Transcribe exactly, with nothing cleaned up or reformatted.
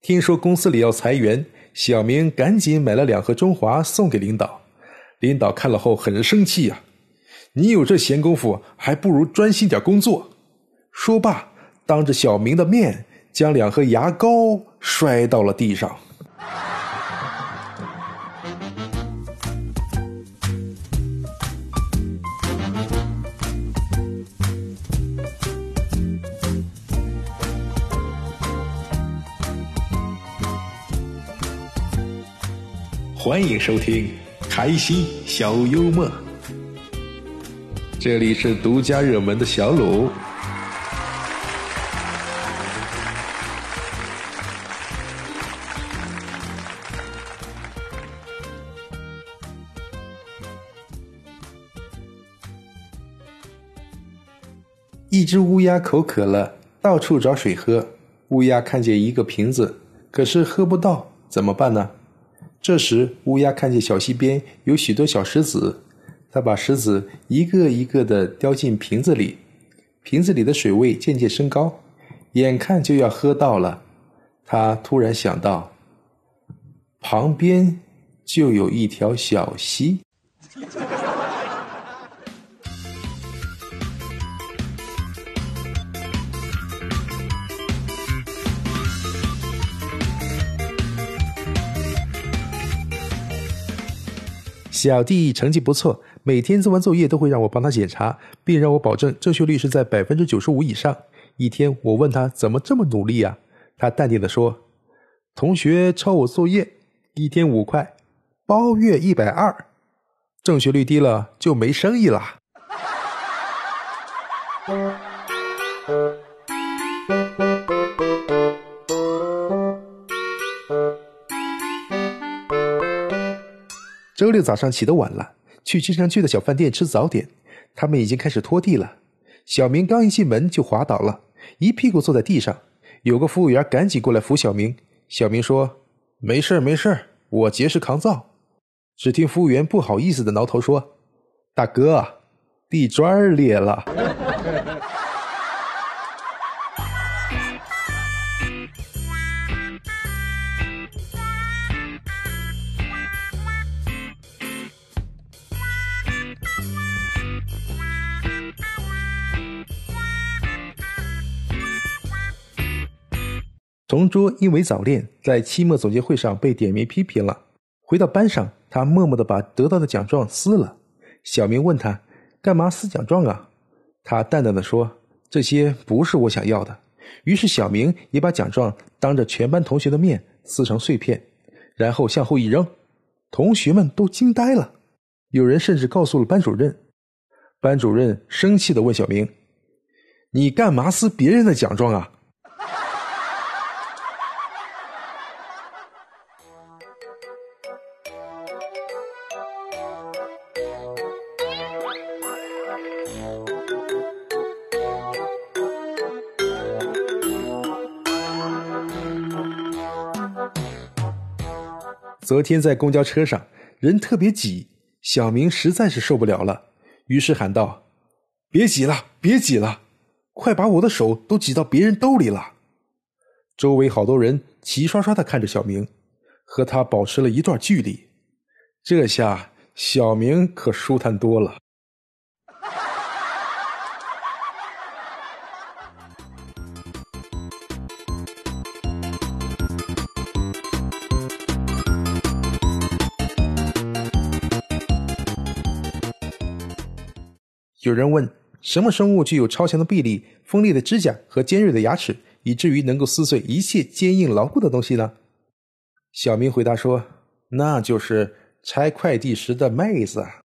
听说公司里要裁员，小明赶紧买了两盒中华送给领导。领导看了后很生气啊，你有这闲工夫，还不如专心点工作。说罢，当着小明的面将两盒牙膏摔到了地上。欢迎收听开心小幽默，这里是独家热门的小鲁。一只乌鸦口渴了，到处找水喝。乌鸦看见一个瓶子，可是喝不到，怎么办呢？这时乌鸦看见小溪边有许多小石子，它把石子一个一个地叼进瓶子里，瓶子里的水位渐渐升高，眼看就要喝到了。它突然想到，旁边就有一条小溪。小弟成绩不错，每天做完作业都会让我帮他检查，并让我保证正确率是在 百分之九十五 以上。一天我问他怎么这么努力啊？他淡定地说，同学抄我作业，一天五块，包月一百二十，正确率低了就没生意了。周六早上起得晚了，去经常去的小饭店吃早点，他们已经开始拖地了。小明刚一进门就滑倒了，一屁股坐在地上。有个服务员赶紧过来扶小明，小明说，没事没事，我结实抗造。只听服务员不好意思地挠头说，大哥，地砖裂了。同桌因为早恋，在期末总结会上被点名批评了。回到班上，他默默地把得到的奖状撕了。小明问他，干嘛撕奖状啊？他淡淡地说，这些不是我想要的。于是小明也把奖状当着全班同学的面撕成碎片，然后向后一扔。同学们都惊呆了，有人甚至告诉了班主任。班主任生气地问小明，你干嘛撕别人的奖状啊？昨天在公交车上，人特别挤，小明实在是受不了了，于是喊道，别挤了，别挤了，快把我的手都挤到别人兜里了。周围好多人齐刷刷地看着小明，和他保持了一段距离。这下小明可舒坦多了。有人问，什么生物具有超强的臂力、锋利的指甲和尖锐的牙齿，以至于能够撕碎一切坚硬牢固的东西呢？小明回答说，那就是拆快递时的妹子。